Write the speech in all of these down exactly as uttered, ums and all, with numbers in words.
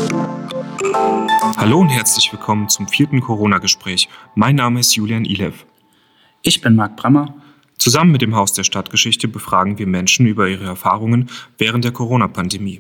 Hallo und herzlich willkommen zum vierten Corona-Gespräch. Mein Name ist Julian Ilev. Ich bin Marc Brammer. Zusammen mit dem Haus der Stadtgeschichte befragen wir Menschen über ihre Erfahrungen während der Corona-Pandemie.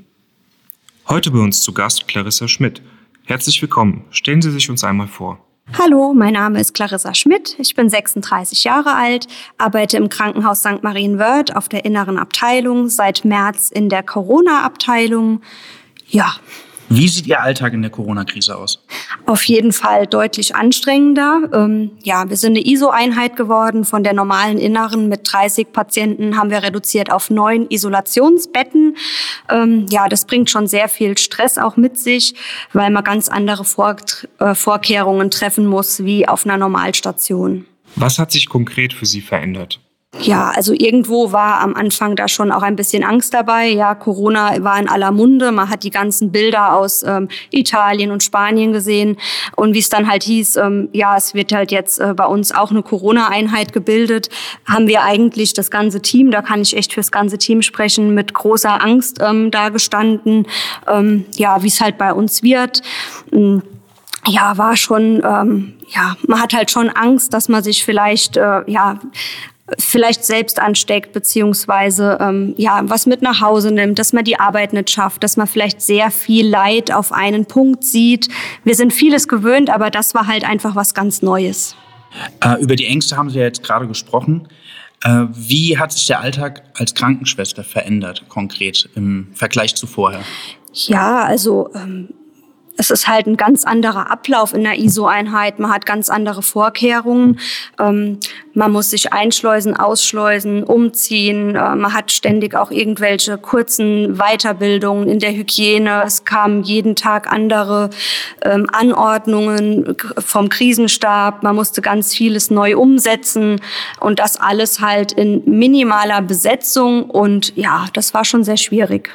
Heute bei uns zu Gast Clarissa Schmidt. Herzlich willkommen. Stellen Sie sich uns einmal vor. Hallo, mein Name ist Clarissa Schmidt. Ich bin sechsunddreißig Jahre alt, arbeite im Krankenhaus Sankt Marienwörth auf der inneren Abteilung, seit März in der Corona-Abteilung. Ja. Wie sieht Ihr Alltag in der Corona-Krise aus? Auf jeden Fall deutlich anstrengender. Ähm, ja, wir sind eine I S O-Einheit geworden. Von der normalen Inneren mit dreißig Patienten haben wir reduziert auf neun Isolationsbetten. Ähm, ja, das bringt schon sehr viel Stress auch mit sich, weil man ganz andere Vor- äh, Vorkehrungen treffen muss wie auf einer Normalstation. Was hat sich konkret für Sie verändert? Ja, also irgendwo war am Anfang da schon auch ein bisschen Angst dabei. Ja, Corona war in aller Munde. Man hat die ganzen Bilder aus ähm, Italien und Spanien gesehen. Und wie es dann halt hieß, ähm, ja, es wird halt jetzt äh, bei uns auch eine Corona-Einheit gebildet, haben wir eigentlich das ganze Team, da kann ich echt fürs ganze Team sprechen, mit großer Angst ähm, da gestanden. Ähm, ja, wie es halt bei uns wird. Ähm, ja, war schon, ähm, ja, man hat halt schon Angst, dass man sich vielleicht, äh, ja, vielleicht selbst ansteckt, beziehungsweise ähm, ja was mit nach Hause nimmt, dass man die Arbeit nicht schafft, dass man vielleicht sehr viel Leid auf einen Punkt sieht. Wir sind vieles gewöhnt, aber das war halt einfach was ganz Neues. Äh, über die Ängste haben Sie ja jetzt gerade gesprochen. Äh, wie hat sich der Alltag als Krankenschwester verändert, konkret im Vergleich zu vorher? Ja, also ähm, es ist halt ein ganz anderer Ablauf in der I S O-Einheit. Man hat ganz andere Vorkehrungen. Ähm, man muss sich einschleusen, ausschleusen, umziehen. Äh, man hat ständig auch irgendwelche kurzen Weiterbildungen in der Hygiene. Es kamen jeden Tag andere ähm, Anordnungen vom Krisenstab. Man musste ganz vieles neu umsetzen. Und das alles halt in minimaler Besetzung. Und ja, das war schon sehr schwierig.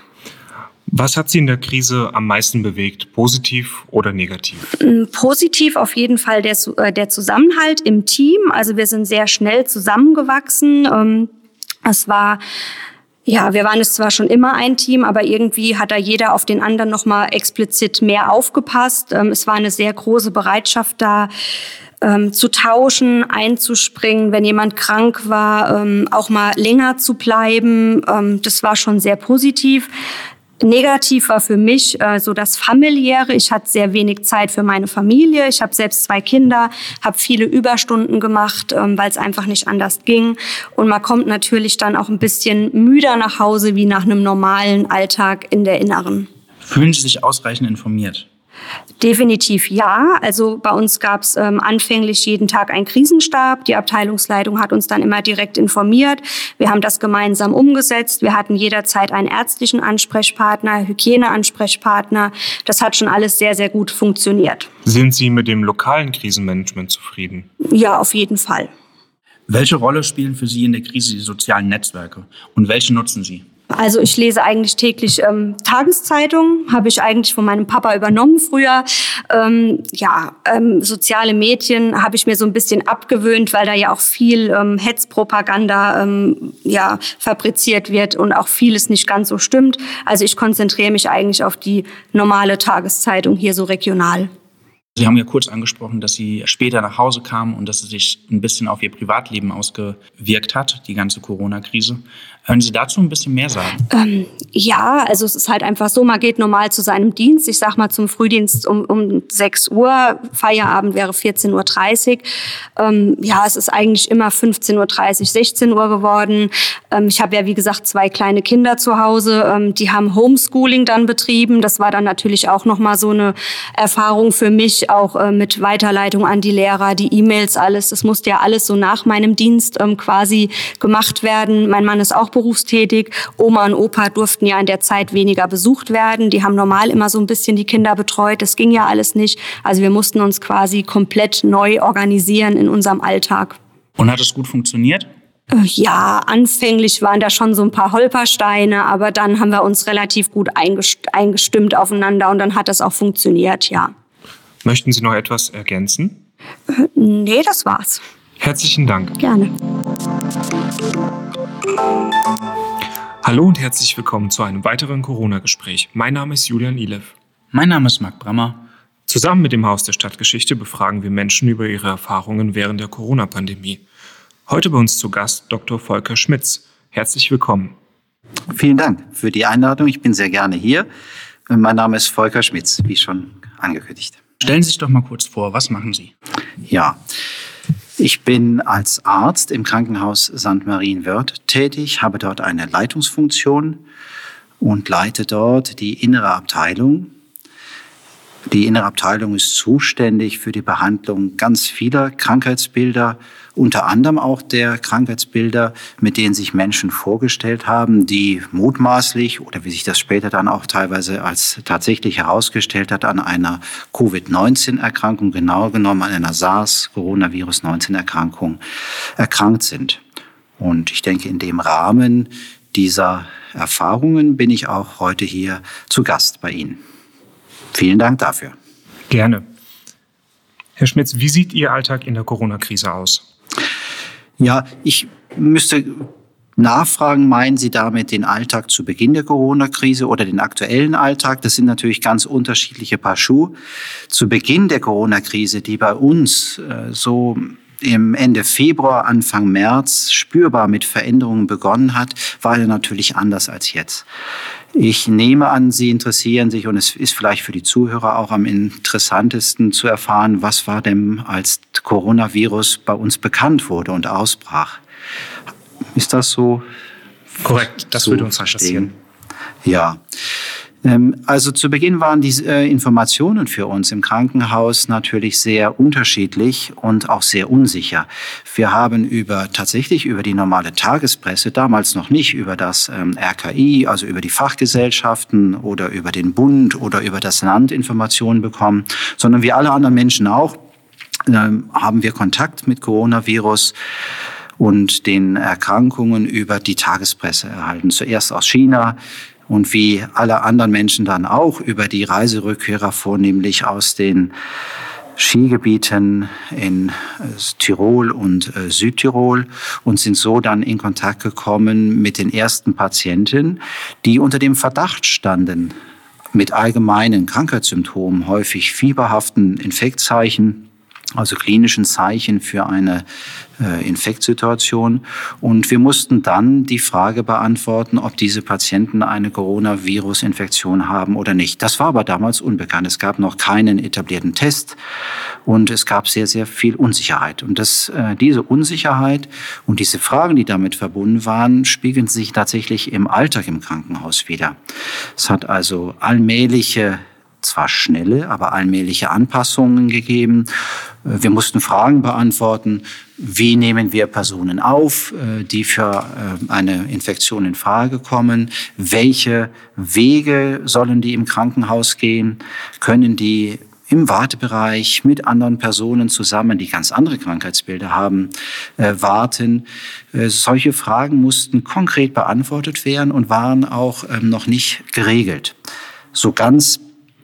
Was hat Sie in der Krise am meisten bewegt, positiv oder negativ? Positiv auf jeden Fall der, der Zusammenhalt im Team. Also wir sind sehr schnell zusammengewachsen. Es war, ja, wir waren es zwar schon immer ein Team, aber irgendwie hat da jeder auf den anderen noch mal explizit mehr aufgepasst. Es war eine sehr große Bereitschaft da, Ähm, zu tauschen, einzuspringen, wenn jemand krank war, ähm, auch mal länger zu bleiben. Ähm, das war schon sehr positiv. Negativ war für mich äh, so das Familiäre. Ich hatte sehr wenig Zeit für meine Familie. Ich habe selbst zwei Kinder, habe viele Überstunden gemacht, ähm, weil es einfach nicht anders ging. Und man kommt natürlich dann auch ein bisschen müder nach Hause wie nach einem normalen Alltag in der Inneren. Fühlen Sie sich ausreichend informiert? Definitiv ja. Also bei uns gab es ähm, anfänglich jeden Tag einen Krisenstab. Die Abteilungsleitung hat uns dann immer direkt informiert. Wir haben das gemeinsam umgesetzt. Wir hatten jederzeit einen ärztlichen Ansprechpartner, Hygieneansprechpartner. Das hat schon alles sehr, sehr gut funktioniert. Sind Sie mit dem lokalen Krisenmanagement zufrieden? Ja, auf jeden Fall. Welche Rolle spielen für Sie in der Krise die sozialen Netzwerke und welche nutzen Sie? Also ich lese eigentlich täglich ähm, Tageszeitungen, habe ich eigentlich von meinem Papa übernommen früher. Ähm, ja, ähm, soziale Medien habe ich mir so ein bisschen abgewöhnt, weil da ja auch viel ähm, Hetzpropaganda ähm, ja, fabriziert wird und auch vieles nicht ganz so stimmt. Also ich konzentriere mich eigentlich auf die normale Tageszeitung hier so regional. Sie haben ja kurz angesprochen, dass Sie später nach Hause kamen und dass es sich ein bisschen auf Ihr Privatleben ausgewirkt hat, die ganze Corona-Krise. Können Sie dazu ein bisschen mehr sagen? Ähm, ja, also es ist halt einfach so, man geht normal zu seinem Dienst. Ich sag mal zum Frühdienst um, um sechs Uhr, Feierabend wäre vierzehn Uhr dreißig. Ähm, ja, es ist eigentlich immer fünfzehn Uhr dreißig, sechzehn Uhr geworden. Ähm, ich habe ja, wie gesagt, zwei kleine Kinder zu Hause. Ähm, die haben Homeschooling dann betrieben. Das war dann natürlich auch nochmal so eine Erfahrung für mich, auch äh, mit Weiterleitung an die Lehrer, die E-Mails, alles. Das musste ja alles so nach meinem Dienst ähm, quasi gemacht werden. Mein Mann ist auch berufstätig. Oma und Opa durften ja in der Zeit weniger besucht werden. Die haben normal immer so ein bisschen die Kinder betreut. Das ging ja alles nicht. Also wir mussten uns quasi komplett neu organisieren in unserem Alltag. Und hat es gut funktioniert? Ja, anfänglich waren da schon so ein paar Holpersteine, aber dann haben wir uns relativ gut eingestimmt aufeinander und dann hat das auch funktioniert, ja. Möchten Sie noch etwas ergänzen? Äh, nee, das war's. Herzlichen Dank. Gerne. Hallo und herzlich willkommen zu einem weiteren Corona-Gespräch. Mein Name ist Julian Ilev. Mein Name ist Marc Brammer. Zusammen mit dem Haus der Stadtgeschichte befragen wir Menschen über ihre Erfahrungen während der Corona-Pandemie. Heute bei uns zu Gast Doktor Volker Schmitz. Herzlich willkommen. Vielen Dank für die Einladung. Ich bin sehr gerne hier. Mein Name ist Volker Schmitz, wie schon angekündigt. Stellen Sie sich doch mal kurz vor, was machen Sie? Ja, ich bin als Arzt im Krankenhaus Sankt Marienwörth tätig, habe dort eine Leitungsfunktion und leite dort die innere Abteilung. Die innere Abteilung ist zuständig für die Behandlung ganz vieler Krankheitsbilder, unter anderem auch der Krankheitsbilder, mit denen sich Menschen vorgestellt haben, die mutmaßlich oder wie sich das später dann auch teilweise als tatsächlich herausgestellt hat, an einer Covid neunzehn Erkrankung, genauer genommen an einer SARS-Coronavirus neunzehn Erkrankung erkrankt sind. Und ich denke, in dem Rahmen dieser Erfahrungen bin ich auch heute hier zu Gast bei Ihnen. Vielen Dank dafür. Gerne. Herr Schmitz, wie sieht Ihr Alltag in der Corona-Krise aus? Ja, ich müsste nachfragen, meinen Sie damit den Alltag zu Beginn der Corona-Krise oder den aktuellen Alltag? Das sind natürlich ganz unterschiedliche Paar Schuhe. Zu Beginn der Corona-Krise, die bei uns äh, so im Ende Februar, Anfang März spürbar mit Veränderungen begonnen hat, war er natürlich anders als jetzt. Ich nehme an, Sie interessieren sich, und es ist vielleicht für die Zuhörer auch am interessantesten zu erfahren, was war denn, als Coronavirus bei uns bekannt wurde und ausbrach. Ist das so? Korrekt, das so würde uns interessieren. Ja. Also zu Beginn waren die Informationen für uns im Krankenhaus natürlich sehr unterschiedlich und auch sehr unsicher. Wir haben über tatsächlich über die normale Tagespresse, damals noch nicht über das R K I, also über die Fachgesellschaften oder über den Bund oder über das Land Informationen bekommen, sondern wie alle anderen Menschen auch, haben wir Kontakt mit Coronavirus und den Erkrankungen über die Tagespresse erhalten. Zuerst aus China, und wie alle anderen Menschen dann auch über die Reiserückkehrer, vornehmlich aus den Skigebieten in Tirol und Südtirol, und sind so dann in Kontakt gekommen mit den ersten Patienten, die unter dem Verdacht standen, mit allgemeinen Krankheitssymptomen, häufig fieberhaften Infektzeichen, also klinischen Zeichen für eine äh, Infektsituation. Und wir mussten dann die Frage beantworten, ob diese Patienten eine Coronavirus-Infektion haben oder nicht. Das war aber damals unbekannt. Es gab noch keinen etablierten Test und es gab sehr, sehr viel Unsicherheit. Und das, äh, diese Unsicherheit und diese Fragen, die damit verbunden waren, spiegeln sich tatsächlich im Alltag im Krankenhaus wider. Es hat also allmähliche, zwar schnelle, aber allmähliche Anpassungen gegeben. Wir mussten Fragen beantworten. Wie nehmen wir Personen auf, die für eine Infektion in Frage kommen? Welche Wege sollen die im Krankenhaus gehen? Können die im Wartebereich mit anderen Personen zusammen, die ganz andere Krankheitsbilder haben, äh, warten? Äh, solche Fragen mussten konkret beantwortet werden und waren auch ähm, noch nicht geregelt. So ganz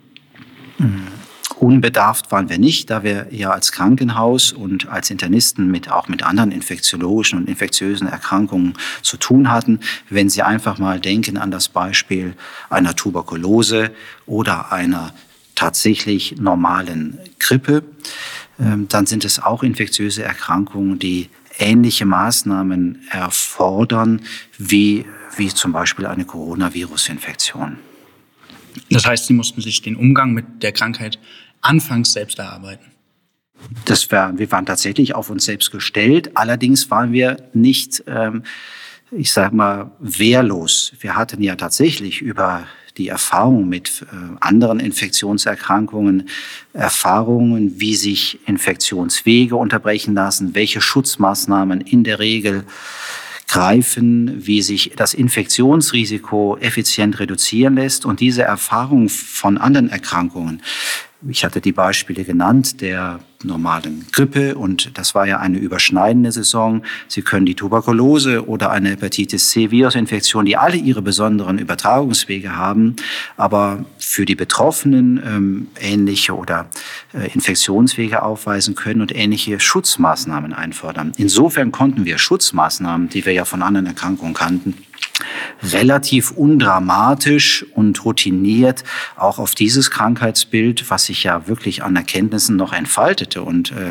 unbedarft waren wir nicht, da wir ja als Krankenhaus und als Internisten mit, auch mit anderen infektiologischen und infektiösen Erkrankungen zu tun hatten. Wenn Sie einfach mal denken an das Beispiel einer Tuberkulose oder einer tatsächlich normalen Grippe, dann sind es auch infektiöse Erkrankungen, die ähnliche Maßnahmen erfordern, wie, wie zum Beispiel eine Coronavirus-Infektion. Das heißt, Sie mussten sich den Umgang mit der Krankheit anfangs selbst erarbeiten. Das war, wir waren tatsächlich auf uns selbst gestellt. Allerdings waren wir nicht, ähm, ich sag mal, wehrlos. Wir hatten ja tatsächlich über die Erfahrung mit äh, anderen Infektionserkrankungen, Erfahrungen, wie sich Infektionswege unterbrechen lassen, welche Schutzmaßnahmen in der Regel greifen, wie sich das Infektionsrisiko effizient reduzieren lässt. Und diese Erfahrung von anderen Erkrankungen, ich hatte die Beispiele genannt, der normalen Grippe, und das war ja eine überschneidende Saison. Sie können die Tuberkulose oder eine Hepatitis C-Virusinfektion, die alle ihre besonderen Übertragungswege haben, aber für die Betroffenen ähm, ähnliche oder äh, Infektionswege aufweisen können und ähnliche Schutzmaßnahmen einfordern. Insofern konnten wir Schutzmaßnahmen, die wir ja von anderen Erkrankungen kannten, relativ undramatisch und routiniert auch auf dieses Krankheitsbild, was sich ja wirklich an Erkenntnissen noch entfaltete und äh,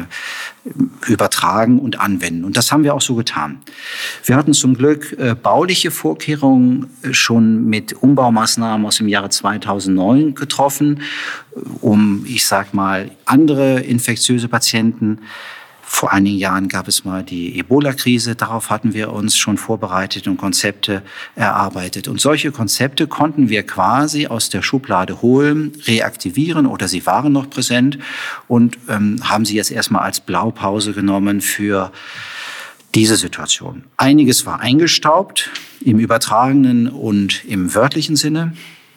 übertragen und anwenden. Und das haben wir auch so getan. Wir hatten zum Glück äh, bauliche Vorkehrungen schon mit Umbaumaßnahmen aus dem Jahre zweitausendneun getroffen, um, ich sag mal, andere infektiöse Patienten. Vor einigen Jahren gab es mal die Ebola-Krise. Darauf hatten wir uns schon vorbereitet und Konzepte erarbeitet. Und solche Konzepte konnten wir quasi aus der Schublade holen, reaktivieren oder sie waren noch präsent und ähm, haben sie jetzt erstmal als Blaupause genommen für diese Situation. Einiges war eingestaubt im übertragenen und im wörtlichen Sinne.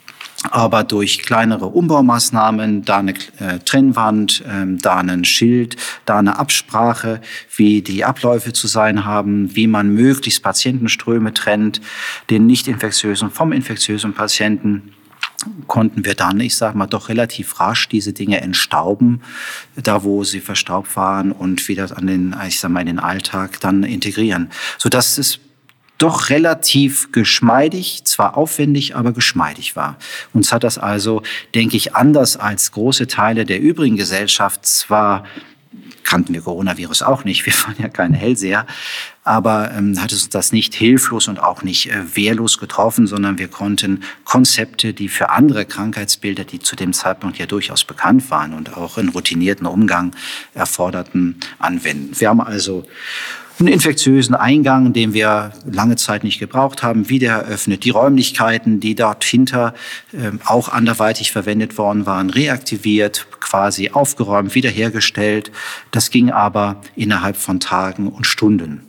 Aber durch kleinere Umbaumaßnahmen, da eine äh, Trennwand, ähm, da ein Schild, da eine Absprache, wie die Abläufe zu sein haben, wie man möglichst Patientenströme trennt, den nicht infektiösen vom infektiösen Patienten, konnten wir dann, ich sage mal, doch relativ rasch diese Dinge entstauben, da wo sie verstaubt waren und wieder an den, ich sage mal, in den Alltag dann integrieren, sodass es doch relativ geschmeidig, zwar aufwendig, aber geschmeidig war. Uns hat das also, denke ich, anders als große Teile der übrigen Gesellschaft, zwar kannten wir Coronavirus auch nicht, wir waren ja keine Hellseher, aber ähm, hat es das nicht hilflos und auch nicht äh, wehrlos getroffen, sondern wir konnten Konzepte, die für andere Krankheitsbilder, die zu dem Zeitpunkt ja durchaus bekannt waren und auch einen routinierten Umgang erforderten, anwenden. Wir haben also einen infektiösen Eingang, den wir lange Zeit nicht gebraucht haben, wieder eröffnet. Die Räumlichkeiten, die dort hinter äh, auch anderweitig verwendet worden waren, reaktiviert, quasi aufgeräumt, wiederhergestellt. Das ging aber innerhalb von Tagen und Stunden.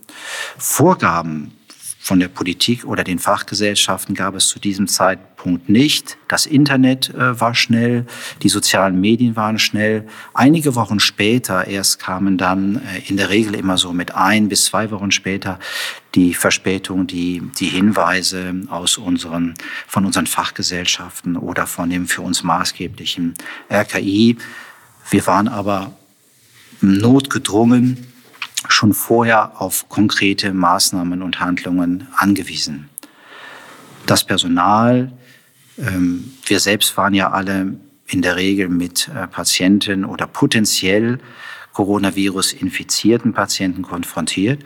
Vorgaben von der Politik oder den Fachgesellschaften gab es zu diesem Zeitpunkt nicht. Das Internet äh, war schnell, die sozialen Medien waren schnell. Einige Wochen später erst kamen dann äh, in der Regel immer so mit ein bis zwei Wochen später die Verspätung, die, die Hinweise aus unseren, von unseren Fachgesellschaften oder von dem für uns maßgeblichen R K I. Wir waren aber notgedrungen schon vorher auf konkrete Maßnahmen und Handlungen angewiesen. Das Personal, ähm, wir selbst waren ja alle in der Regel mit äh, Patienten oder potenziell Coronavirus-infizierten Patienten konfrontiert.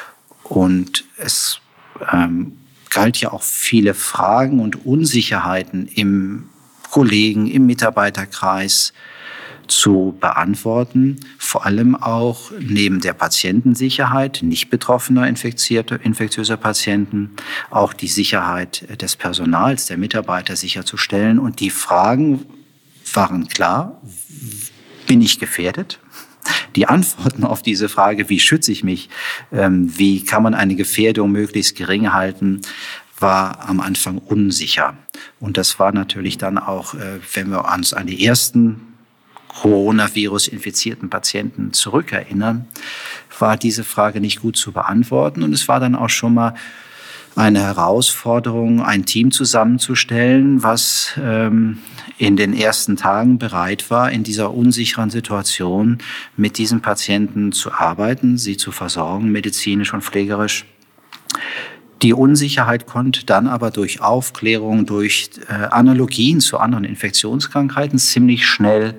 Und es ähm, galt ja auch viele Fragen und Unsicherheiten im Kollegen, im Mitarbeiterkreis zu beantworten, vor allem auch neben der Patientensicherheit nicht betroffener infektiöser Patienten, auch die Sicherheit des Personals, der Mitarbeiter sicherzustellen. Und die Fragen waren klar: Bin ich gefährdet? Die Antworten auf diese Frage, wie schütze ich mich, wie kann man eine Gefährdung möglichst gering halten, war am Anfang unsicher. Und das war natürlich dann auch, wenn wir uns an die ersten Coronavirus-infizierten Patienten zurückerinnern, war diese Frage nicht gut zu beantworten. Und es war dann auch schon mal eine Herausforderung, ein Team zusammenzustellen, was ähm, in den ersten Tagen bereit war, in dieser unsicheren Situation mit diesen Patienten zu arbeiten, sie zu versorgen, medizinisch und pflegerisch. Die Unsicherheit konnte dann aber durch Aufklärung, durch äh, Analogien zu anderen Infektionskrankheiten ziemlich schnell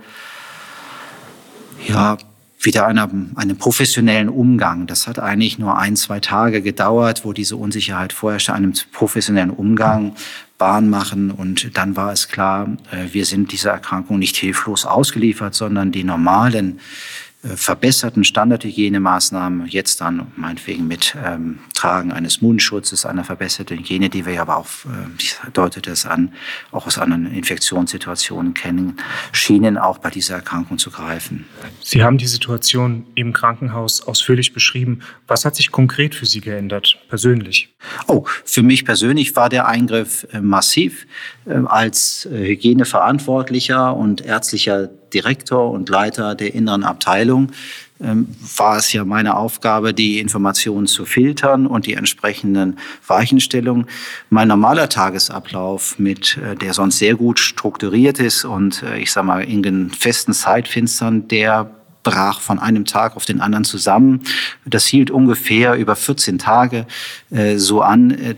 ja, wieder einer, einem professionellen Umgang. Das hat eigentlich nur ein, zwei Tage gedauert, wo diese Unsicherheit vorherrschte, einem professionellen Umgang Bahn machen. Und dann war es klar, wir sind dieser Erkrankung nicht hilflos ausgeliefert, sondern die normalen verbesserten Standardhygienemaßnahmen, jetzt dann meinetwegen mit ähm, Tragen eines Mundschutzes, einer verbesserten Hygiene, die wir ja aber auch, äh, ich deutete es an, auch aus anderen Infektionssituationen kennen, schienen auch bei dieser Erkrankung zu greifen. Sie haben die Situation im Krankenhaus ausführlich beschrieben. Was hat sich konkret für Sie geändert, persönlich? Oh, für mich persönlich war der Eingriff äh, massiv. Äh, als äh, Hygieneverantwortlicher und ärztlicher Direktor und Leiter der inneren Abteilung ähm, war es ja meine Aufgabe, die Informationen zu filtern und die entsprechenden Weichenstellungen. Mein normaler Tagesablauf, mit äh, der sonst sehr gut strukturiert ist und äh, ich sag mal in den festen Zeitfenstern, der brach von einem Tag auf den anderen zusammen. Das hielt ungefähr über vierzehn Tage äh, so an. Dort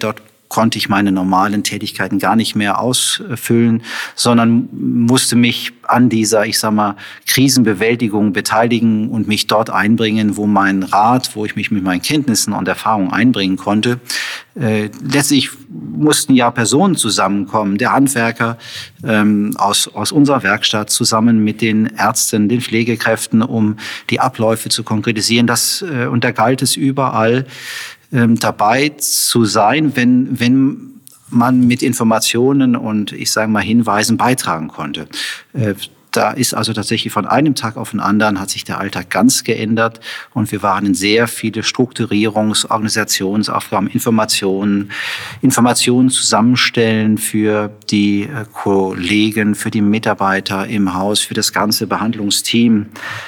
konnte ich meine normalen Tätigkeiten gar nicht mehr ausfüllen, sondern musste mich an dieser, ich sag mal, Krisenbewältigung beteiligen und mich dort einbringen, wo mein Rat, wo ich mich mit meinen Kenntnissen und Erfahrungen einbringen konnte. Äh, letztlich mussten ja Personen zusammenkommen, der Handwerker ähm, aus, aus unserer Werkstatt zusammen mit den Ärzten, den Pflegekräften, um die Abläufe zu konkretisieren. Das, äh, und da galt es überall, ähm, dabei zu sein, wenn, wenn man mit Informationen und, ich sage mal, Hinweisen beitragen konnte. Äh, Da ist also tatsächlich von einem Tag auf den anderen hat sich der Alltag ganz geändert und wir waren in sehr viele Strukturierungs-, Organisationsaufgaben, Informationen, Informationen zusammenstellen für die Kollegen, für die Mitarbeiter im Haus, für das ganze Behandlungsteam.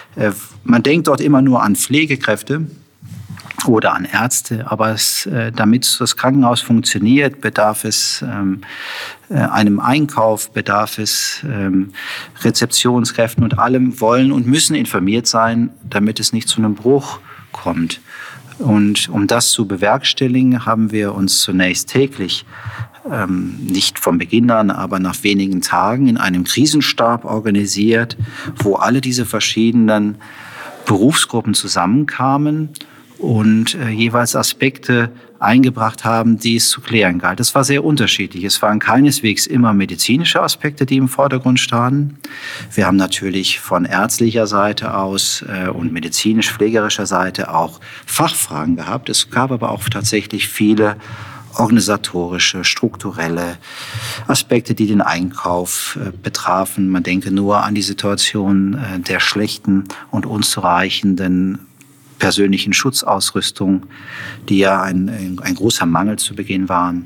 Man denkt dort immer nur an Pflegekräfte oder an Ärzte, aber es, äh, damit das Krankenhaus funktioniert, bedarf es ähm, äh, einem Einkauf, bedarf es ähm, Rezeptionskräften und allem wollen und müssen informiert sein, damit es nicht zu einem Bruch kommt. Und um das zu bewerkstelligen, haben wir uns zunächst täglich, ähm, nicht von Beginn an, aber nach wenigen Tagen in einem Krisenstab organisiert, wo alle diese verschiedenen Berufsgruppen zusammenkamen und äh, jeweils Aspekte eingebracht haben, die es zu klären galt. Das war sehr unterschiedlich. Es waren keineswegs immer medizinische Aspekte, die im Vordergrund standen. Wir haben natürlich von ärztlicher Seite aus äh, und medizinisch-pflegerischer Seite auch Fachfragen gehabt. Es gab aber auch tatsächlich viele organisatorische, strukturelle Aspekte, die den Einkauf äh, betrafen. Man denke nur an die Situation äh, der schlechten und unzureichenden persönlichen Schutzausrüstung, die ja ein, ein großer Mangel zu Beginn waren.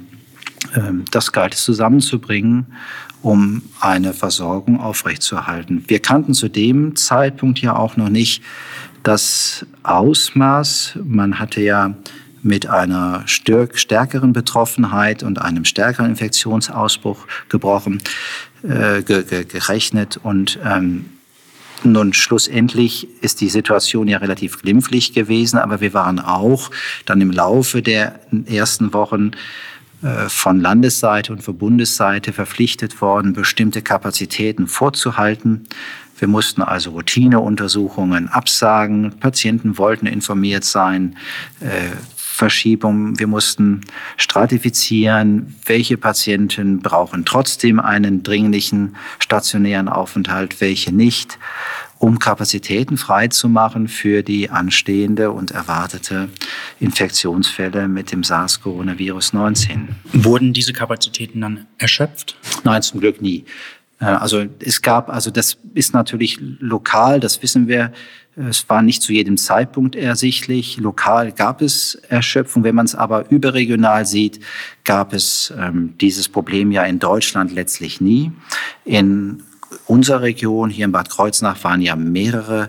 Das galt es zusammenzubringen, um eine Versorgung aufrechtzuerhalten. Wir kannten zu dem Zeitpunkt ja auch noch nicht das Ausmaß. Man hatte ja mit einer stärkeren Betroffenheit und einem stärkeren Infektionsausbruch gebrochen, äh, ge- ge- gerechnet und ähm, Nun, schlussendlich ist die Situation ja relativ glimpflich gewesen, aber wir waren auch dann im Laufe der ersten Wochen äh, von Landesseite und von Bundesseite verpflichtet worden, bestimmte Kapazitäten vorzuhalten. Wir mussten also Routineuntersuchungen absagen, Patienten wollten informiert sein, äh, Verschiebung. Wir mussten stratifizieren, welche Patienten brauchen trotzdem einen dringlichen stationären Aufenthalt, welche nicht, um Kapazitäten freizumachen für die anstehende und erwartete Infektionsfälle mit dem SARS-Coronavirus neunzehn. Wurden diese Kapazitäten dann erschöpft? Nein, zum Glück nie. Also es gab, also das ist natürlich lokal, das wissen wir. Es war nicht zu jedem Zeitpunkt ersichtlich. Lokal gab es Erschöpfung. Wenn man es aber überregional sieht, gab es ähm, dieses Problem ja in Deutschland letztlich nie. In unserer Region, hier in Bad Kreuznach, waren ja mehrere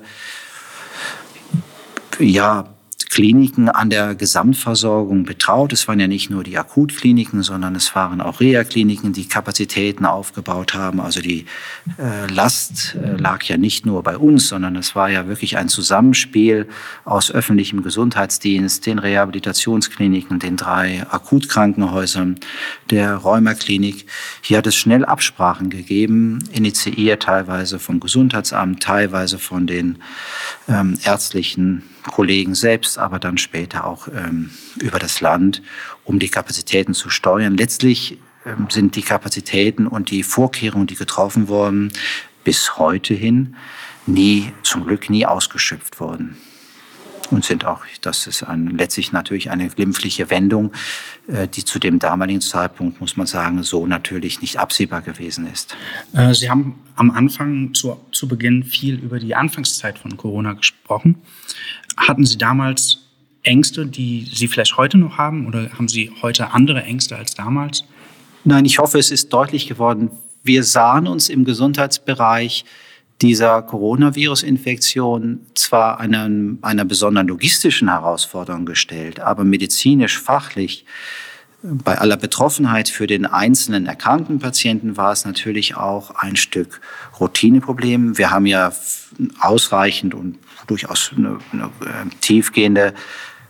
ja, Kliniken an der Gesamtversorgung betraut. Es waren ja nicht nur die Akutkliniken, sondern es waren auch Reha-Kliniken, die Kapazitäten aufgebaut haben. Also die äh, Last äh, lag ja nicht nur bei uns, sondern es war ja wirklich ein Zusammenspiel aus öffentlichem Gesundheitsdienst, den Rehabilitationskliniken, den drei Akutkrankenhäusern, der Rheumaklinik. Hier hat es schnell Absprachen gegeben, initiiert teilweise vom Gesundheitsamt, teilweise von den ähm, ärztlichen Kollegen selbst, aber dann später auch ähm, über das Land, um die Kapazitäten zu steuern. Letztlich ähm, sind die Kapazitäten und die Vorkehrungen, die getroffen wurden, bis heute hin nie, zum Glück nie ausgeschöpft worden. Und sind auch, das ist ein, letztlich natürlich eine glimpfliche Wendung, äh, die zu dem damaligen Zeitpunkt, muss man sagen, so natürlich nicht absehbar gewesen ist. Äh, Sie haben am Anfang, zu, zu Beginn, viel über die Anfangszeit von Corona gesprochen. Hatten Sie damals Ängste, die Sie vielleicht heute noch haben, oder haben Sie heute andere Ängste als damals? Nein, ich hoffe, es ist deutlich geworden. Wir sahen uns im Gesundheitsbereich dieser Coronavirus-Infektion zwar einer, einer besonderen logistischen Herausforderung gestellt, aber medizinisch, fachlich, bei aller Betroffenheit für den einzelnen erkrankten Patienten war es natürlich auch ein Stück Routineproblem. Wir haben ja ausreichend und durchaus eine, eine tiefgehende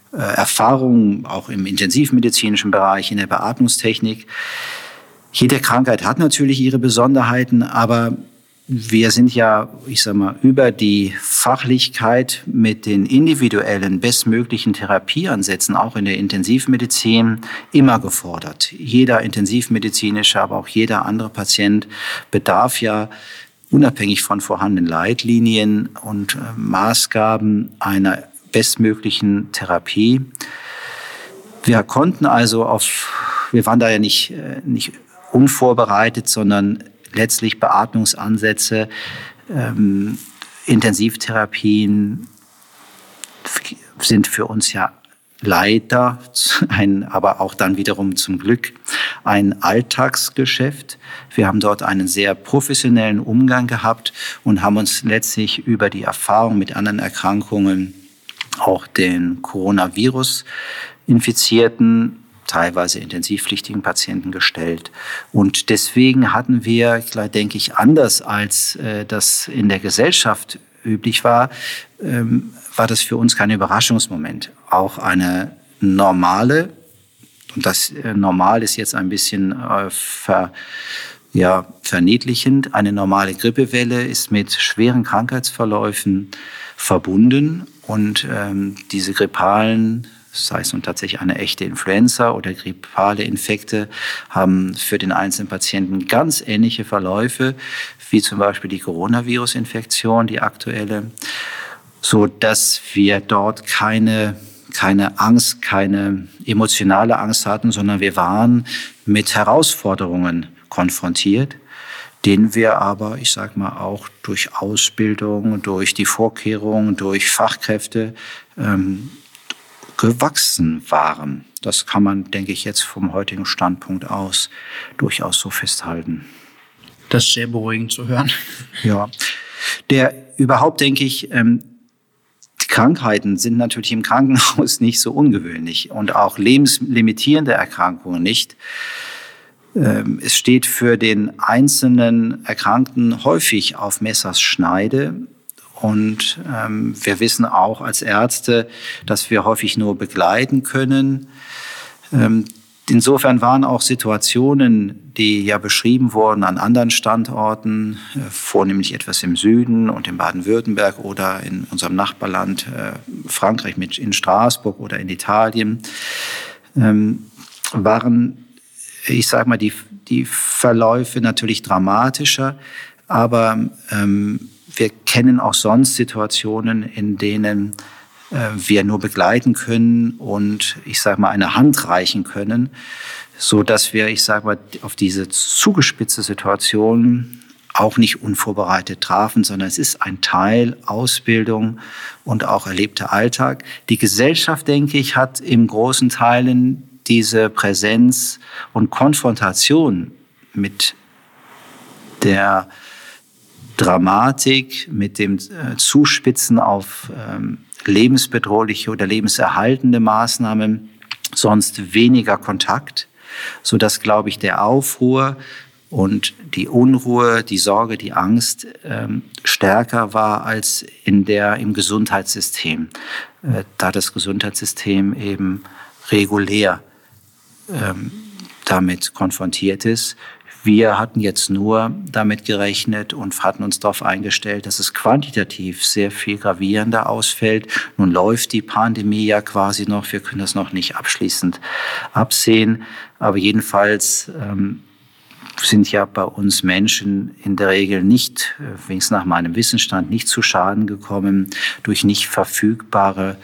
äh, Erfahrung, auch im intensivmedizinischen Bereich, in der Beatmungstechnik. Jede Krankheit hat natürlich ihre Besonderheiten, aber wir sind ja, ich sag mal, über die Fachlichkeit mit den individuellen bestmöglichen Therapieansätzen, auch in der Intensivmedizin, immer gefordert. Jeder intensivmedizinische, aber auch jeder andere Patient bedarf ja unabhängig von vorhandenen Leitlinien und äh, Maßgaben einer bestmöglichen Therapie. Wir konnten also auf, wir waren da ja nicht, äh, nicht unvorbereitet, sondern letztlich Beatmungsansätze, ähm, Intensivtherapien sind für uns ja leider, ein, aber auch dann wiederum zum Glück ein Alltagsgeschäft. Wir haben dort einen sehr professionellen Umgang gehabt und haben uns letztlich über die Erfahrung mit anderen Erkrankungen, auch den Coronavirus-Infizierten, teilweise intensivpflichtigen Patienten gestellt. Und deswegen hatten wir, denke ich, anders als äh, das in der Gesellschaft üblich war, ähm, war das für uns kein Überraschungsmoment. Auch eine normale, und das äh, normal ist jetzt ein bisschen äh, ver, ja, verniedlichend, eine normale Grippewelle ist mit schweren Krankheitsverläufen verbunden und ähm, diese grippalen, sei es nun tatsächlich eine echte Influenza oder grippale Infekte, haben für den einzelnen Patienten ganz ähnliche Verläufe, wie zum Beispiel die Coronavirus-Infektion, die aktuelle, so dass wir dort keine, keine Angst, keine emotionale Angst hatten, sondern wir waren mit Herausforderungen konfrontiert, denen wir aber, ich sage mal, auch durch Ausbildung, durch die Vorkehrungen, durch Fachkräfte ähm, gewachsen waren. Das kann man, denke ich, jetzt vom heutigen Standpunkt aus durchaus so festhalten. Das ist sehr beruhigend zu hören. Ja, der überhaupt, denke ich, ähm, die Krankheiten sind natürlich im Krankenhaus nicht so ungewöhnlich und auch lebenslimitierende Erkrankungen nicht. Ähm, es steht für den einzelnen Erkrankten häufig auf Messerschneide. Und ähm, wir wissen auch als Ärzte, dass wir häufig nur begleiten können. Ähm, insofern waren auch Situationen, die ja beschrieben wurden an anderen Standorten, äh, vornehmlich etwas im Süden und in Baden-Württemberg oder in unserem Nachbarland äh, Frankreich mit in Straßburg oder in Italien, ähm, waren, ich sage mal, die, die Verläufe natürlich dramatischer, aber ähm, wir kennen auch sonst Situationen, in denen äh, wir nur begleiten können und, ich sage mal, eine Hand reichen können, so dass wir, ich sage mal, auf diese zugespitzte Situation auch nicht unvorbereitet trafen, sondern es ist ein Teil Ausbildung und auch erlebter Alltag. Die Gesellschaft, denke ich, hat im großen Teilen diese Präsenz und Konfrontation mit der Dramatik, mit dem äh, Zuspitzen auf ähm, lebensbedrohliche oder lebenserhaltende Maßnahmen, sonst weniger Kontakt, sodass, glaube ich, der Aufruhr und die Unruhe, die Sorge, die Angst ähm, stärker war als in der, im Gesundheitssystem, äh, da das Gesundheitssystem eben regulär ähm, damit konfrontiert ist. Wir hatten jetzt nur damit gerechnet und hatten uns darauf eingestellt, dass es quantitativ sehr viel gravierender ausfällt. Nun läuft die Pandemie ja quasi noch. Wir können das noch nicht abschließend absehen. Aber jedenfalls ähm, sind ja bei uns Menschen in der Regel nicht, wenigstens nach meinem Wissensstand, nicht zu Schaden gekommen durch nicht verfügbare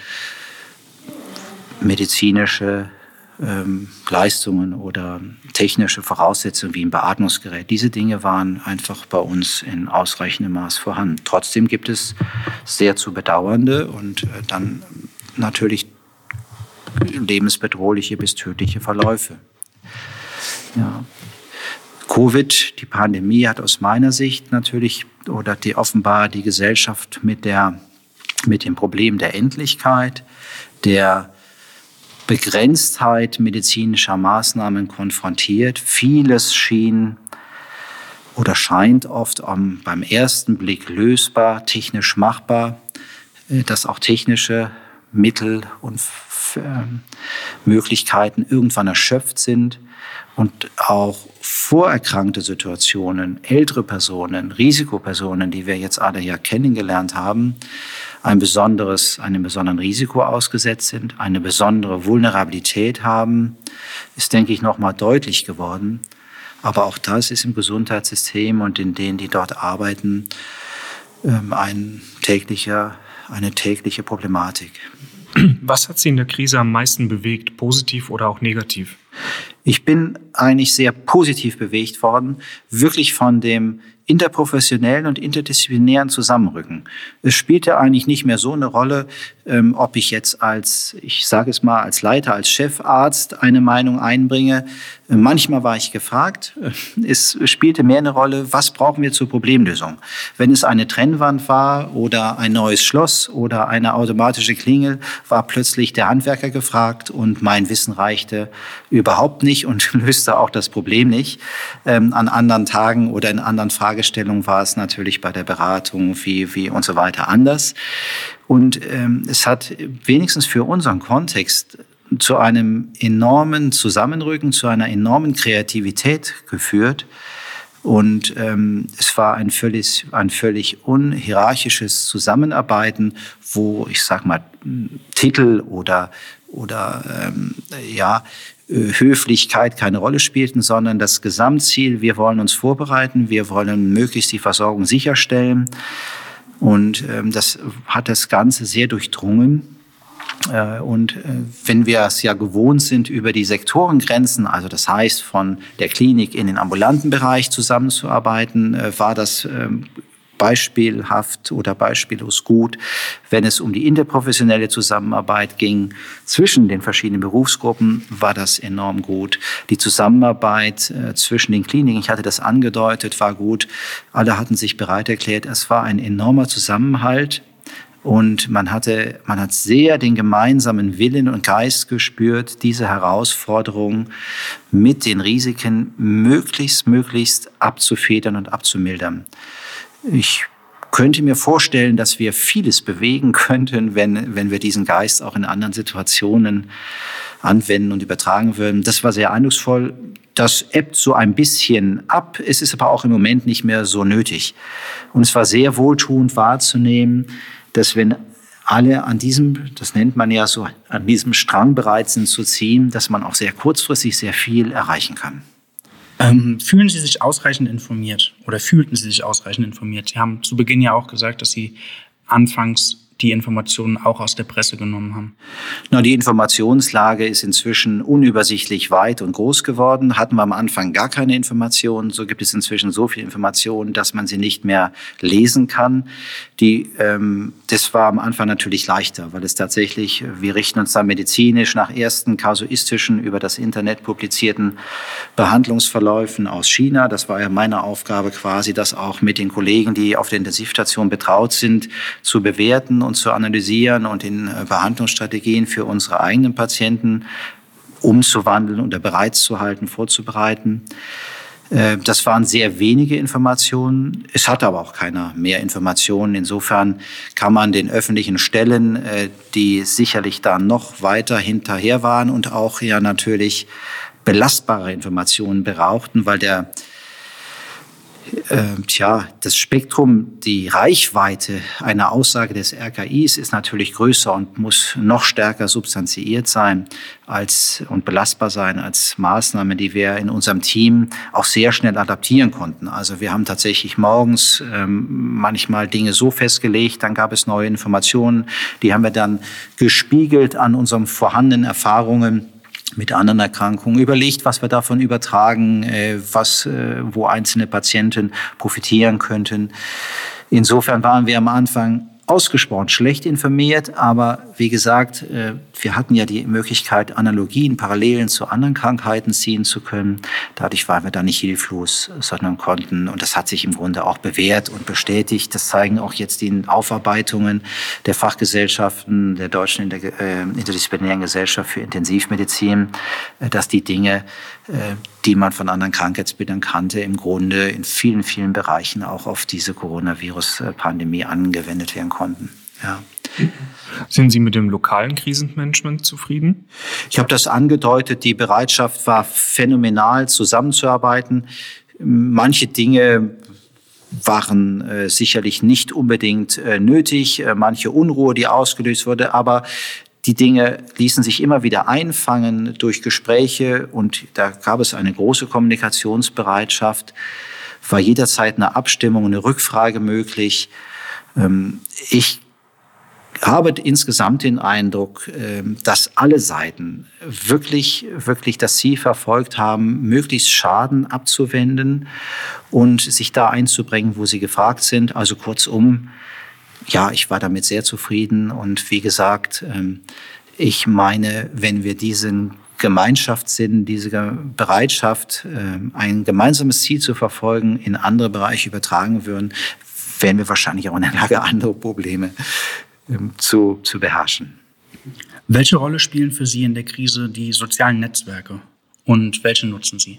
medizinische Ähm, Leistungen oder technische Voraussetzungen wie ein Beatmungsgerät. Diese Dinge waren einfach bei uns in ausreichendem Maß vorhanden. Trotzdem gibt es sehr zu bedauernde und äh, dann natürlich lebensbedrohliche bis tödliche Verläufe. Ja. Covid, die Pandemie, hat aus meiner Sicht natürlich oder die offenbar die Gesellschaft mit der mit dem Problem der Endlichkeit, der Begrenztheit medizinischer Maßnahmen konfrontiert. Vieles schien oder scheint oft um, beim ersten Blick lösbar, technisch machbar, dass auch technische Mittel und äh, Möglichkeiten irgendwann erschöpft sind und auch vorerkrankte Situationen, ältere Personen, Risikopersonen, die wir jetzt alle ja kennengelernt haben, ein besonderes, einem besonderen Risiko ausgesetzt sind, eine besondere Vulnerabilität haben, ist, denke ich, nochmal deutlich geworden. Aber auch das ist im Gesundheitssystem und in denen, die dort arbeiten, ein täglicher, eine tägliche Problematik. Was hat Sie in der Krise am meisten bewegt, positiv oder auch negativ? Ich bin eigentlich sehr positiv bewegt worden, wirklich von dem interprofessionellen und interdisziplinären Zusammenrücken. Es spielte eigentlich nicht mehr so eine Rolle, ähm, ob ich jetzt als, ich sage es mal, als Leiter, als Chefarzt eine Meinung einbringe. Äh, manchmal war ich gefragt. Es spielte mehr eine Rolle, was brauchen wir zur Problemlösung? Wenn es eine Trennwand war oder ein neues Schloss oder eine automatische Klingel, war plötzlich der Handwerker gefragt und mein Wissen reichte überhaupt nicht und löste auch das Problem nicht. Ähm, an anderen Tagen oder in anderen Fragestellungen war es natürlich bei der Beratung wie, wie und so weiter anders. Und ähm, es hat wenigstens für unseren Kontext zu einem enormen Zusammenrücken, zu einer enormen Kreativität geführt. Und ähm, es war ein völlig, ein völlig unhierarchisches Zusammenarbeiten, wo, ich sag mal, Titel oder, oder ähm, ja, Höflichkeit keine Rolle spielten, sondern das Gesamtziel, wir wollen uns vorbereiten, wir wollen möglichst die Versorgung sicherstellen. Und ähm, das hat das Ganze sehr durchdrungen. Äh, und äh, wenn wir es ja gewohnt sind, über die Sektorengrenzen, also das heißt von der Klinik in den ambulanten Bereich zusammenzuarbeiten, äh, war das äh, beispielhaft oder beispiellos gut, wenn es um die interprofessionelle Zusammenarbeit ging zwischen den verschiedenen Berufsgruppen, war das enorm gut. Die Zusammenarbeit äh, zwischen den Kliniken, ich hatte das angedeutet, war gut. Alle hatten sich bereit erklärt. Es war ein enormer Zusammenhalt und man hatte, man hat sehr den gemeinsamen Willen und Geist gespürt, diese Herausforderung mit den Risiken möglichst, möglichst abzufedern und abzumildern. Ich könnte mir vorstellen, dass wir vieles bewegen könnten, wenn, wenn wir diesen Geist auch in anderen Situationen anwenden und übertragen würden. Das war sehr eindrucksvoll. Das ebbt so ein bisschen ab. Es ist aber auch im Moment nicht mehr so nötig. Und es war sehr wohltuend wahrzunehmen, dass wenn alle an diesem, das nennt man ja so, an diesem Strang bereit sind zu ziehen, dass man auch sehr kurzfristig sehr viel erreichen kann. Ähm, fühlen Sie sich ausreichend informiert oder fühlten Sie sich ausreichend informiert? Sie haben zu Beginn ja auch gesagt, dass Sie anfangs die Informationen auch aus der Presse genommen haben. Na, die Informationslage ist inzwischen unübersichtlich weit und groß geworden. Hatten wir am Anfang gar keine Informationen, so gibt es inzwischen so viele Informationen, dass man sie nicht mehr lesen kann. Die, ähm, das war am Anfang natürlich leichter, weil es tatsächlich, wir richten uns da medizinisch nach ersten kasuistischen, über das Internet publizierten Behandlungsverläufen aus China. Das war ja meine Aufgabe quasi, das auch mit den Kollegen, die auf der Intensivstation betraut sind, zu bewerten und zu analysieren und in Behandlungsstrategien für unsere eigenen Patienten umzuwandeln oder bereitzuhalten, vorzubereiten. Das waren sehr wenige Informationen. Es hatte aber auch keiner mehr Informationen. Insofern kann man den öffentlichen Stellen, die sicherlich da noch weiter hinterher waren und auch ja natürlich belastbare Informationen brauchten, weil der Äh, tja, das Spektrum, die Reichweite einer Aussage des R K Is ist natürlich größer und muss noch stärker substanziiert sein als und belastbar sein als Maßnahmen, die wir in unserem Team auch sehr schnell adaptieren konnten. Also wir haben tatsächlich morgens ähm, manchmal Dinge so festgelegt, dann gab es neue Informationen, die haben wir dann gespiegelt an unseren vorhandenen Erfahrungen mit anderen Erkrankungen, überlegt, was wir davon übertragen, äh, was, äh, wo einzelne Patienten profitieren könnten. Insofern waren wir am Anfang ausgesprochen schlecht informiert, aber wie gesagt, äh, wir hatten ja die Möglichkeit, Analogien, Parallelen zu anderen Krankheiten ziehen zu können. Dadurch waren wir da nicht hilflos, sondern konnten, und das hat sich im Grunde auch bewährt und bestätigt. Das zeigen auch jetzt die Aufarbeitungen der Fachgesellschaften der Deutschen Inter- äh, Interdisziplinären Gesellschaft für Intensivmedizin, äh, dass die Dinge, äh, die man von anderen Krankheitsbildern kannte, im Grunde in vielen, vielen Bereichen auch auf diese Coronavirus-Pandemie angewendet werden konnten. Ja. Sind Sie mit dem lokalen Krisenmanagement zufrieden? Ich habe das angedeutet, die Bereitschaft war phänomenal, zusammenzuarbeiten. Manche Dinge waren äh, sicherlich nicht unbedingt äh, nötig, äh, manche Unruhe, die ausgelöst wurde, aber die Dinge ließen sich immer wieder einfangen durch Gespräche und da gab es eine große Kommunikationsbereitschaft, war jederzeit eine Abstimmung, eine Rückfrage möglich. Ähm, ich habe insgesamt den Eindruck, dass alle Seiten wirklich, wirklich das Ziel verfolgt haben, möglichst Schaden abzuwenden und sich da einzubringen, wo sie gefragt sind. Also kurzum, ja, ich war damit sehr zufrieden. Und wie gesagt, ich meine, wenn wir diesen Gemeinschaftssinn, diese Bereitschaft, ein gemeinsames Ziel zu verfolgen, in andere Bereiche übertragen würden, wären wir wahrscheinlich auch in der Lage, andere Probleme Zu, zu beherrschen. Welche Rolle spielen für Sie in der Krise die sozialen Netzwerke und welche nutzen Sie?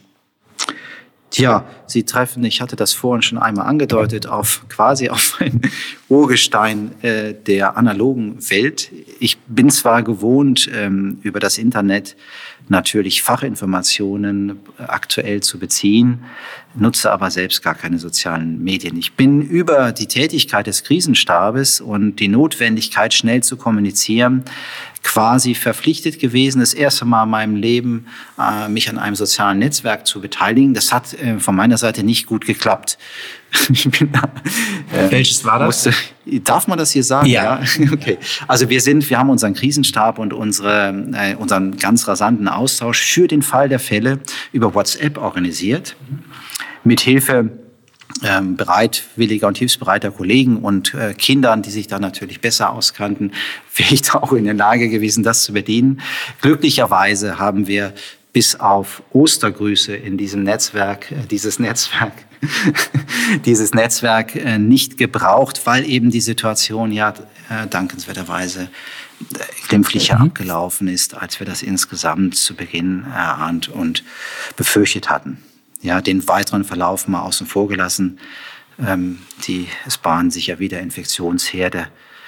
Tja, Sie treffen, ich hatte das vorhin schon einmal angedeutet, auf quasi auf ein Urgestein äh, der analogen Welt. Ich bin zwar gewohnt, ähm, über das Internet natürlich Fachinformationen aktuell zu beziehen, nutze aber selbst gar keine sozialen Medien. Ich bin über die Tätigkeit des Krisenstabes und die Notwendigkeit, schnell zu kommunizieren, quasi verpflichtet gewesen, das erste Mal in meinem Leben äh, mich an einem sozialen Netzwerk zu beteiligen. Das hat äh, von meiner Seite nicht gut geklappt. Ich bin da, äh, Welches war das? Musste, darf man das hier sagen? Ja. ja. Okay. Also wir sind, wir haben unseren Krisenstab und unsere, äh, unseren ganz rasanten Austausch für den Fall der Fälle über WhatsApp organisiert. Mit Hilfe ähm, bereitwilliger und hilfsbereiter Kollegen und äh, Kindern, die sich da natürlich besser auskannten, wäre ich da auch in der Lage gewesen, das zu bedienen. Glücklicherweise haben wir bis auf Ostergrüße in diesem Netzwerk, äh, dieses Netzwerk, dieses Netzwerk äh, nicht gebraucht, weil eben die Situation ja äh, dankenswerterweise glimpflicher mhm. abgelaufen ist, als wir das insgesamt zu Beginn erahnt und befürchtet hatten. Ja, den weiteren Verlauf mal außen vor gelassen. Ähm, die, es bahnen sich ja wieder Infektionsherde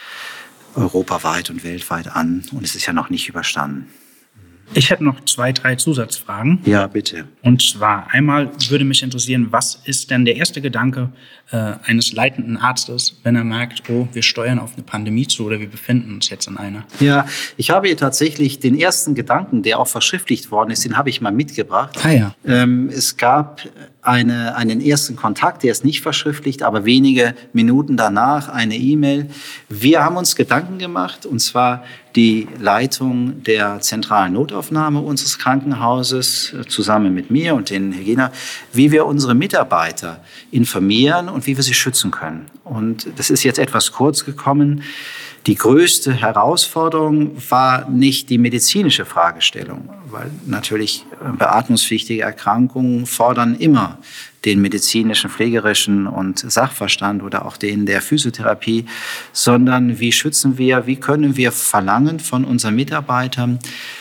europaweit und weltweit an und es ist ja noch nicht überstanden. Ich hätte noch zwei, drei Zusatzfragen. Ja, bitte. Und zwar einmal würde mich interessieren, was ist denn der erste Gedanke äh, eines leitenden Arztes, wenn er merkt, oh, wir steuern auf eine Pandemie zu oder wir befinden uns jetzt in einer? Ja, ich habe hier tatsächlich den ersten Gedanken, der auch verschriftlicht worden ist, den habe ich mal mitgebracht. Ah ja. Ähm, es gab eine, einen ersten Kontakt, der ist nicht verschriftlicht, aber wenige Minuten danach eine E-Mail. Wir haben uns Gedanken gemacht, und zwar die Leitung der zentralen Notaufnahme unseres Krankenhauses zusammen mit mir und den Hygienern, wie wir unsere Mitarbeiter informieren und wie wir sie schützen können. Und das ist jetzt etwas kurz gekommen. Die größte Herausforderung war nicht die medizinische Fragestellung, weil natürlich beatmungspflichtige Erkrankungen fordern immer den medizinischen, pflegerischen und Sachverstand oder auch den der Physiotherapie, sondern wie schützen wir, wie können wir verlangen von unseren Mitarbeitern,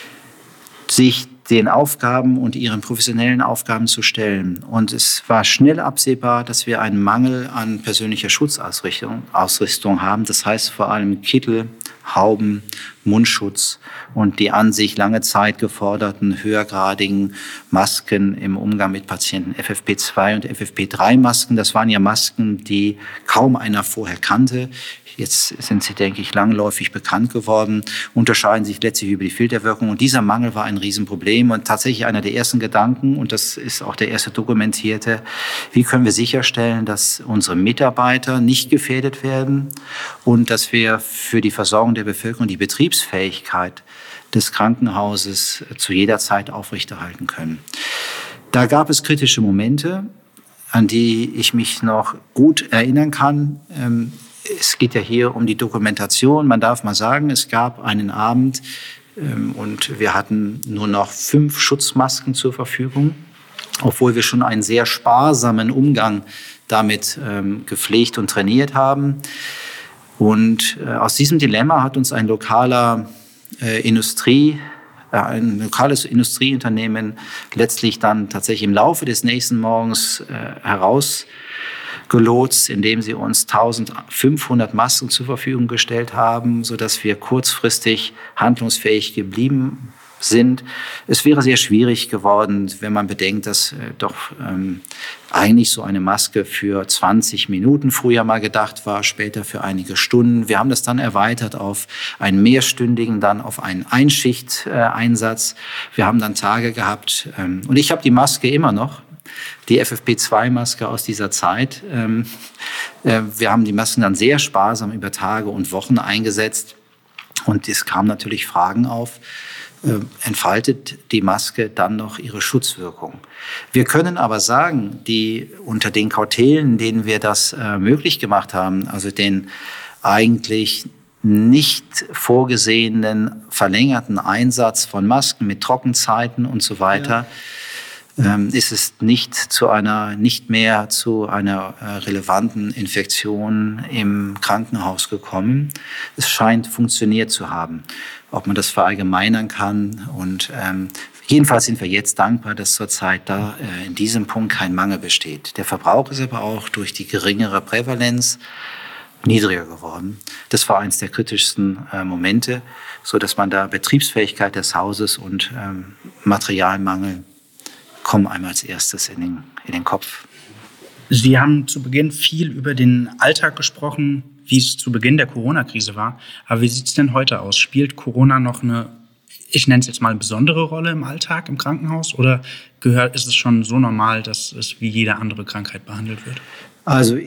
sich den Aufgaben und ihren professionellen Aufgaben zu stellen. Und es war schnell absehbar, dass wir einen Mangel an persönlicher Schutzausrüstung Ausrüstung haben. Das heißt vor allem Kittel, Hauben, Mundschutz und die an sich lange Zeit geforderten höhergradigen Masken im Umgang mit Patienten, F F P zwei und F F P drei Masken. Das waren ja Masken, die kaum einer vorher kannte. Jetzt sind sie, denke ich, langläufig bekannt geworden, unterscheiden sich letztlich über die Filterwirkung. Und dieser Mangel war ein Riesenproblem und tatsächlich einer der ersten Gedanken, und das ist auch der erste dokumentierte, wie können wir sicherstellen, dass unsere Mitarbeiter nicht gefährdet werden und dass wir für die Versorgung der Bevölkerung die Betriebsfähigkeit des Krankenhauses zu jeder Zeit aufrechterhalten können. Da gab es kritische Momente, an die ich mich noch gut erinnern kann. Es geht ja hier um die Dokumentation. Man darf mal sagen, es gab einen Abend ähm, und wir hatten nur noch fünf Schutzmasken zur Verfügung, obwohl wir schon einen sehr sparsamen Umgang damit ähm, gepflegt und trainiert haben. Und äh, aus diesem Dilemma hat uns ein lokaler äh, Industrie, äh, ein lokales Industrieunternehmen letztlich dann tatsächlich im Laufe des nächsten Morgens äh, heraus gelotst, indem sie uns eintausendfünfhundert Masken zur Verfügung gestellt haben, sodass wir kurzfristig handlungsfähig geblieben sind. Es wäre sehr schwierig geworden, wenn man bedenkt, dass äh, doch ähm, eigentlich so eine Maske für zwanzig Minuten früher mal gedacht war, später für einige Stunden. Wir haben das dann erweitert auf einen mehrstündigen, dann auf einen Einschicht-Einsatz. Äh, Wir haben dann Tage gehabt, ähm, und ich habe die Maske immer noch, die F F P zwei Maske aus dieser Zeit. Ähm, äh, wir haben die Masken dann sehr sparsam über Tage und Wochen eingesetzt. Und es kamen natürlich Fragen auf, äh, entfaltet die Maske dann noch ihre Schutzwirkung? Wir können aber sagen, die unter den Kautelen, denen wir das äh, möglich gemacht haben, also den eigentlich nicht vorgesehenen verlängerten Einsatz von Masken mit Trockenzeiten und so weiter, ja. ähm, ist es nicht zu einer, nicht mehr zu einer äh, relevanten Infektion im Krankenhaus gekommen. Es scheint funktioniert zu haben. Ob man das verallgemeinern kann und ähm, jedenfalls sind wir jetzt dankbar, dass zurzeit da äh, in diesem Punkt kein Mangel besteht. Der Verbrauch ist aber auch durch die geringere Prävalenz niedriger geworden. Das war eines der kritischsten äh, Momente, so dass man da Betriebsfähigkeit des Hauses und ähm, Materialmangel kommen einmal als erstes in den, in den Kopf. Sie haben zu Beginn viel über den Alltag gesprochen, wie es zu Beginn der Corona-Krise war. Aber wie sieht es denn heute aus? Spielt Corona noch eine, ich nenne es jetzt mal, eine besondere Rolle im Alltag, im Krankenhaus? Oder gehört, ist es schon so normal, dass es wie jede andere Krankheit behandelt wird? Also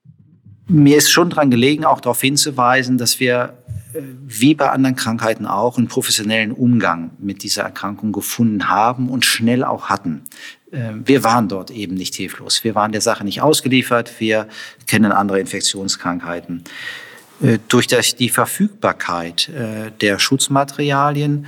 mir ist schon daran gelegen, auch darauf hinzuweisen, dass wir, wie bei anderen Krankheiten auch, einen professionellen Umgang mit dieser Erkrankung gefunden haben und schnell auch hatten. Wir waren dort eben nicht hilflos. Wir waren der Sache nicht ausgeliefert. Wir kennen andere Infektionskrankheiten. Durch die Verfügbarkeit der Schutzmaterialien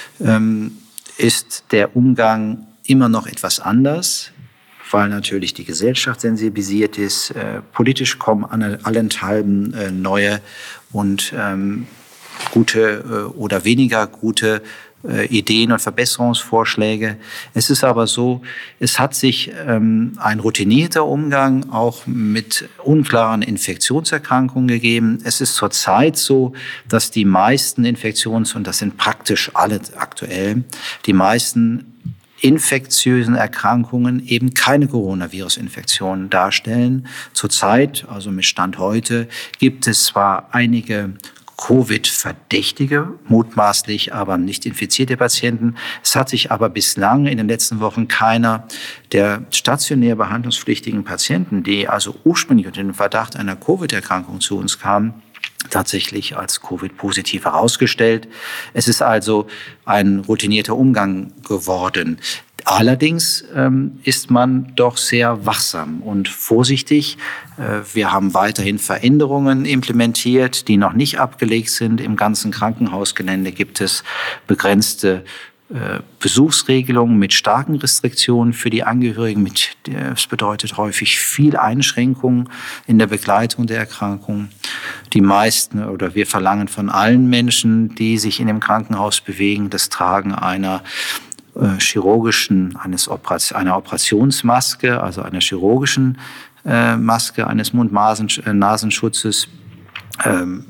ist der Umgang immer noch etwas anders, weil natürlich die Gesellschaft sensibilisiert ist. Äh, politisch kommen allenthalben äh, neue und ähm, gute äh, oder weniger gute äh, Ideen und Verbesserungsvorschläge. Es ist aber so, es hat sich ähm, ein routinierter Umgang auch mit unklaren Infektionserkrankungen gegeben. Es ist zurzeit so, dass die meisten Infektions- und das sind praktisch alle aktuell, die meisten infektiösen Erkrankungen eben keine Coronavirus-Infektionen darstellen. Zurzeit, also mit Stand heute, gibt es zwar einige Covid-verdächtige, mutmaßlich aber nicht infizierte Patienten. Es hat sich aber bislang in den letzten Wochen keiner der stationär behandlungspflichtigen Patienten, die also ursprünglich unter den Verdacht einer Covid-Erkrankung zu uns kamen, tatsächlich als Covid-positiv herausgestellt. Es ist also ein routinierter Umgang geworden. Allerdings ähm, ist man doch sehr wachsam und vorsichtig. Äh, wir haben weiterhin Veränderungen implementiert, die noch nicht abgelegt sind. Im ganzen Krankenhausgelände gibt es begrenzte Besuchsregelungen mit starken Restriktionen für die Angehörigen. Mit, das bedeutet häufig viel Einschränkungen in der Begleitung der Erkrankung. Die meisten oder wir verlangen von allen Menschen, die sich in dem Krankenhaus bewegen, das Tragen einer äh, chirurgischen, eines Operation, einer Operationsmaske, also einer chirurgischen äh, Maske, eines Mund-Nasenschutzes. Ähm,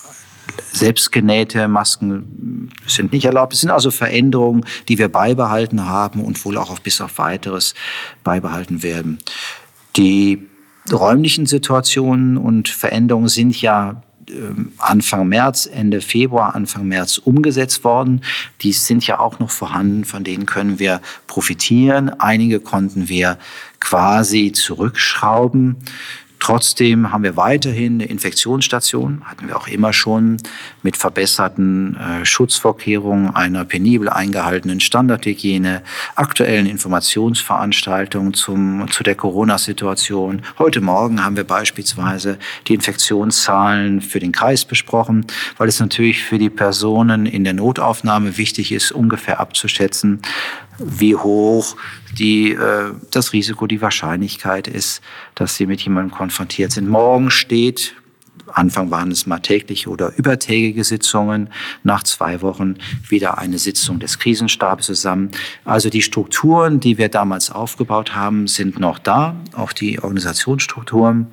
Selbstgenähte Masken sind nicht erlaubt. Es sind also Veränderungen, die wir beibehalten haben und wohl auch bis auf Weiteres beibehalten werden. Die räumlichen Situationen und Veränderungen sind ja Anfang März, Ende Februar, Anfang März umgesetzt worden. Die sind ja auch noch vorhanden, von denen können wir profitieren. Einige konnten wir quasi zurückschrauben. Trotzdem haben wir weiterhin eine Infektionsstation, hatten wir auch immer schon, mit verbesserten äh, Schutzvorkehrungen, einer penibel eingehaltenen Standardhygiene, aktuellen Informationsveranstaltungen zum, zu der Corona-Situation. Heute Morgen haben wir beispielsweise die Infektionszahlen für den Kreis besprochen, weil es natürlich für die Personen in der Notaufnahme wichtig ist, ungefähr abzuschätzen, wie hoch die, äh, das Risiko, die Wahrscheinlichkeit ist, dass sie mit jemandem konfrontiert sind. Morgen steht, Anfang waren es mal tägliche oder übertägige Sitzungen, nach zwei Wochen wieder eine Sitzung des Krisenstabs zusammen. Also die Strukturen, die wir damals aufgebaut haben, sind noch da, auch die Organisationsstrukturen.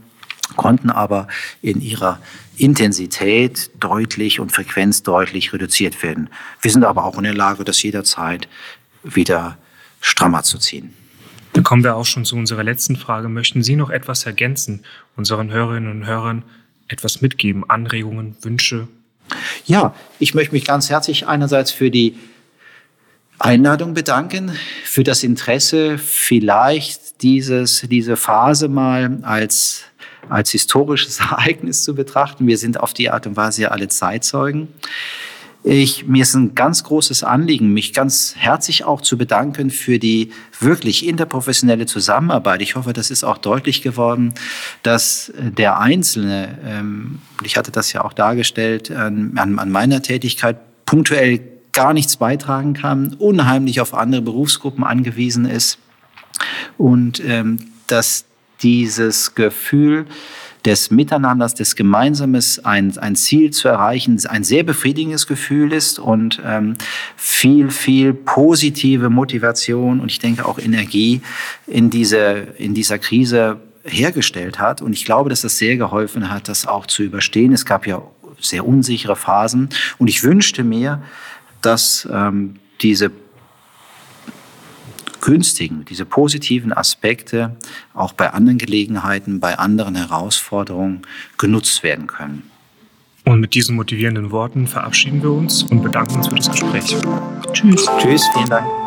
konnten aber in ihrer Intensität deutlich und Frequenz deutlich reduziert werden. Wir sind aber auch in der Lage, das jederzeit wieder strammer zu ziehen. Da kommen wir auch schon zu unserer letzten Frage. Möchten Sie noch etwas ergänzen, unseren Hörerinnen und Hörern etwas mitgeben, Anregungen, Wünsche? Ja, ich möchte mich ganz herzlich einerseits für die Einladung bedanken, für das Interesse, vielleicht dieses, diese Phase mal als, als historisches Ereignis zu betrachten. Wir sind auf die Art und Weise ja alle Zeitzeugen. Ich, mir ist ein ganz großes Anliegen, mich ganz herzlich auch zu bedanken für die wirklich interprofessionelle Zusammenarbeit. Ich hoffe, das ist auch deutlich geworden, dass der Einzelne, ähm, ich hatte das ja auch dargestellt, an, an meiner Tätigkeit punktuell gar nichts beitragen kann, unheimlich auf andere Berufsgruppen angewiesen ist und ähm, dass dieses Gefühl des Miteinanders, des Gemeinsames, ein, ein Ziel zu erreichen, ein sehr befriedigendes Gefühl ist und ähm, viel, viel positive Motivation und ich denke auch Energie in, diese, in dieser Krise hergestellt hat. Und ich glaube, dass das sehr geholfen hat, das auch zu überstehen. Es gab ja sehr unsichere Phasen und ich wünschte mir, dass ähm, diese günstigen, diese positiven Aspekte auch bei anderen Gelegenheiten, bei anderen Herausforderungen genutzt werden können. Und mit diesen motivierenden Worten verabschieden wir uns und bedanken uns für das Gespräch. Tschüss. Tschüss, vielen Dank.